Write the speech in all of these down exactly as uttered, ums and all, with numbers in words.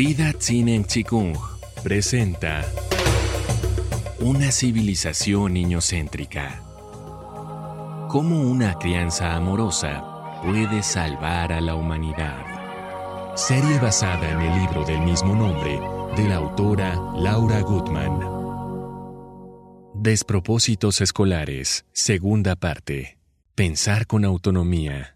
Vida Tzinen Chikung presenta una civilización niñocéntrica. ¿Cómo una crianza amorosa puede salvar a la humanidad? Serie basada en el libro del mismo nombre de la autora Laura Gutman. Despropósitos escolares, segunda parte. Pensar con autonomía.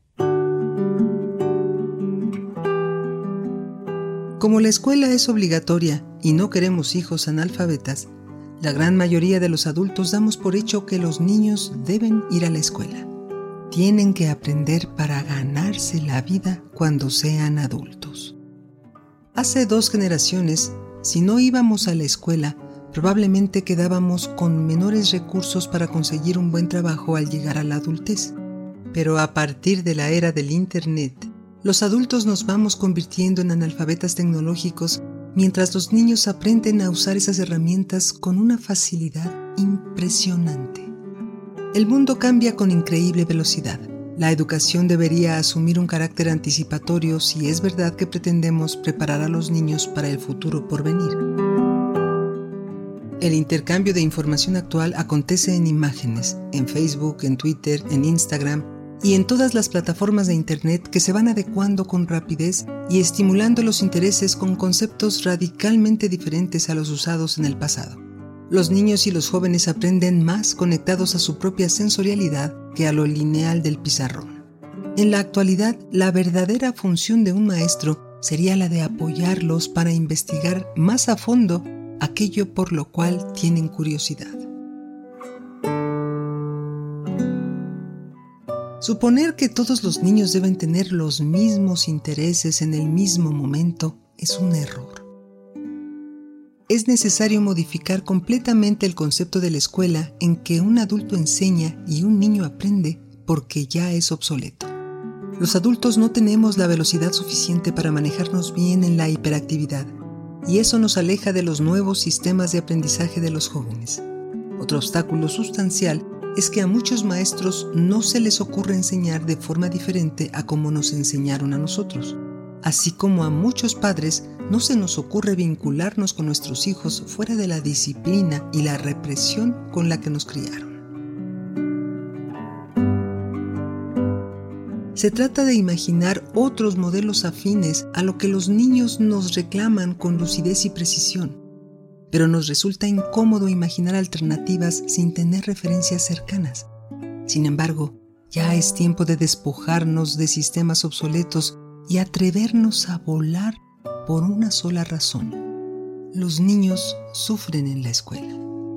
Como la escuela es obligatoria y no queremos hijos analfabetas, la gran mayoría de los adultos damos por hecho que los niños deben ir a la escuela. Tienen que aprender para ganarse la vida cuando sean adultos. Hace dos generaciones, si no íbamos a la escuela, probablemente quedábamos con menores recursos para conseguir un buen trabajo al llegar a la adultez. Pero a partir de la era del Internet, los adultos nos vamos convirtiendo en analfabetas tecnológicos mientras los niños aprenden a usar esas herramientas con una facilidad impresionante. El mundo cambia con increíble velocidad. La educación debería asumir un carácter anticipatorio si es verdad que pretendemos preparar a los niños para el futuro por venir. El intercambio de información actual acontece en imágenes, en Facebook, en Twitter, en Instagram y en todas las plataformas de Internet que se van adecuando con rapidez y estimulando los intereses con conceptos radicalmente diferentes a los usados en el pasado. Los niños y los jóvenes aprenden más conectados a su propia sensorialidad que a lo lineal del pizarrón. En la actualidad, la verdadera función de un maestro sería la de apoyarlos para investigar más a fondo aquello por lo cual tienen curiosidad. Suponer que todos los niños deben tener los mismos intereses en el mismo momento es un error. Es necesario modificar completamente el concepto de la escuela en que un adulto enseña y un niño aprende porque ya es obsoleto. Los adultos no tenemos la velocidad suficiente para manejarnos bien en la hiperactividad y eso nos aleja de los nuevos sistemas de aprendizaje de los jóvenes. Otro obstáculo sustancial es que a muchos maestros no se les ocurre enseñar de forma diferente a como nos enseñaron a nosotros, así como a muchos padres no se nos ocurre vincularnos con nuestros hijos fuera de la disciplina y la represión con la que nos criaron. Se trata de imaginar otros modelos afines a lo que los niños nos reclaman con lucidez y precisión, pero nos resulta incómodo imaginar alternativas sin tener referencias cercanas. Sin embargo, ya es tiempo de despojarnos de sistemas obsoletos y atrevernos a volar por una sola razón. Los niños sufren en la escuela.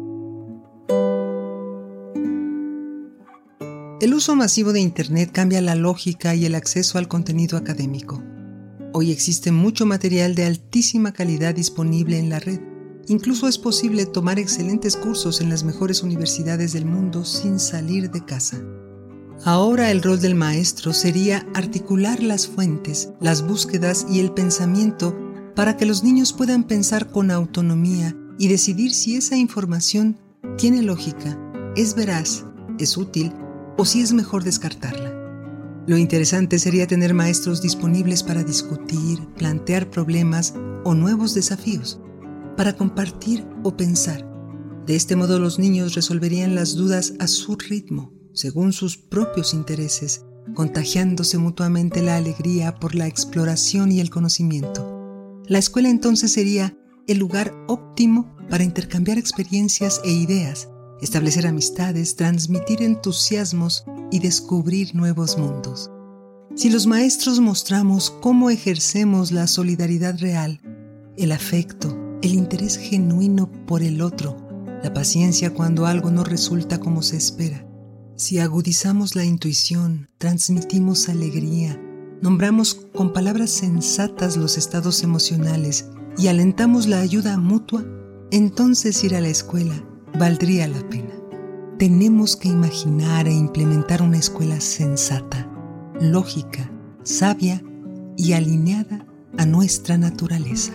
El uso masivo de Internet cambia la lógica y el acceso al contenido académico. Hoy existe mucho material de altísima calidad disponible en la red. Incluso es posible tomar excelentes cursos en las mejores universidades del mundo sin salir de casa. Ahora el rol del maestro sería articular las fuentes, las búsquedas y el pensamiento para que los niños puedan pensar con autonomía y decidir si esa información tiene lógica, es veraz, es útil o si es mejor descartarla. Lo interesante sería tener maestros disponibles para discutir, plantear problemas o nuevos desafíos, para compartir o pensar. De este modo los niños resolverían las dudas a su ritmo, según sus propios intereses, contagiándose mutuamente la alegría por la exploración y el conocimiento. La escuela entonces sería el lugar óptimo para intercambiar experiencias e ideas, establecer amistades, transmitir entusiasmos y descubrir nuevos mundos. Si los maestros mostramos cómo ejercemos la solidaridad real, el afecto, el interés genuino por el otro, la paciencia cuando algo no resulta como se espera, si agudizamos la intuición, transmitimos alegría, nombramos con palabras sensatas los estados emocionales y alentamos la ayuda mutua, entonces ir a la escuela valdría la pena. Tenemos que imaginar e implementar una escuela sensata, lógica, sabia y alineada a nuestra naturaleza.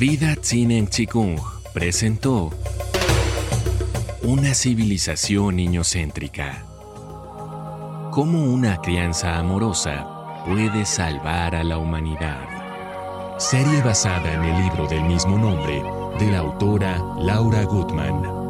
Vida Tsinen Chikung presentó Una civilización niñocéntrica. Cómo una crianza amorosa puede salvar a la humanidad. Serie basada en el libro del mismo nombre de la autora Laura Gutman.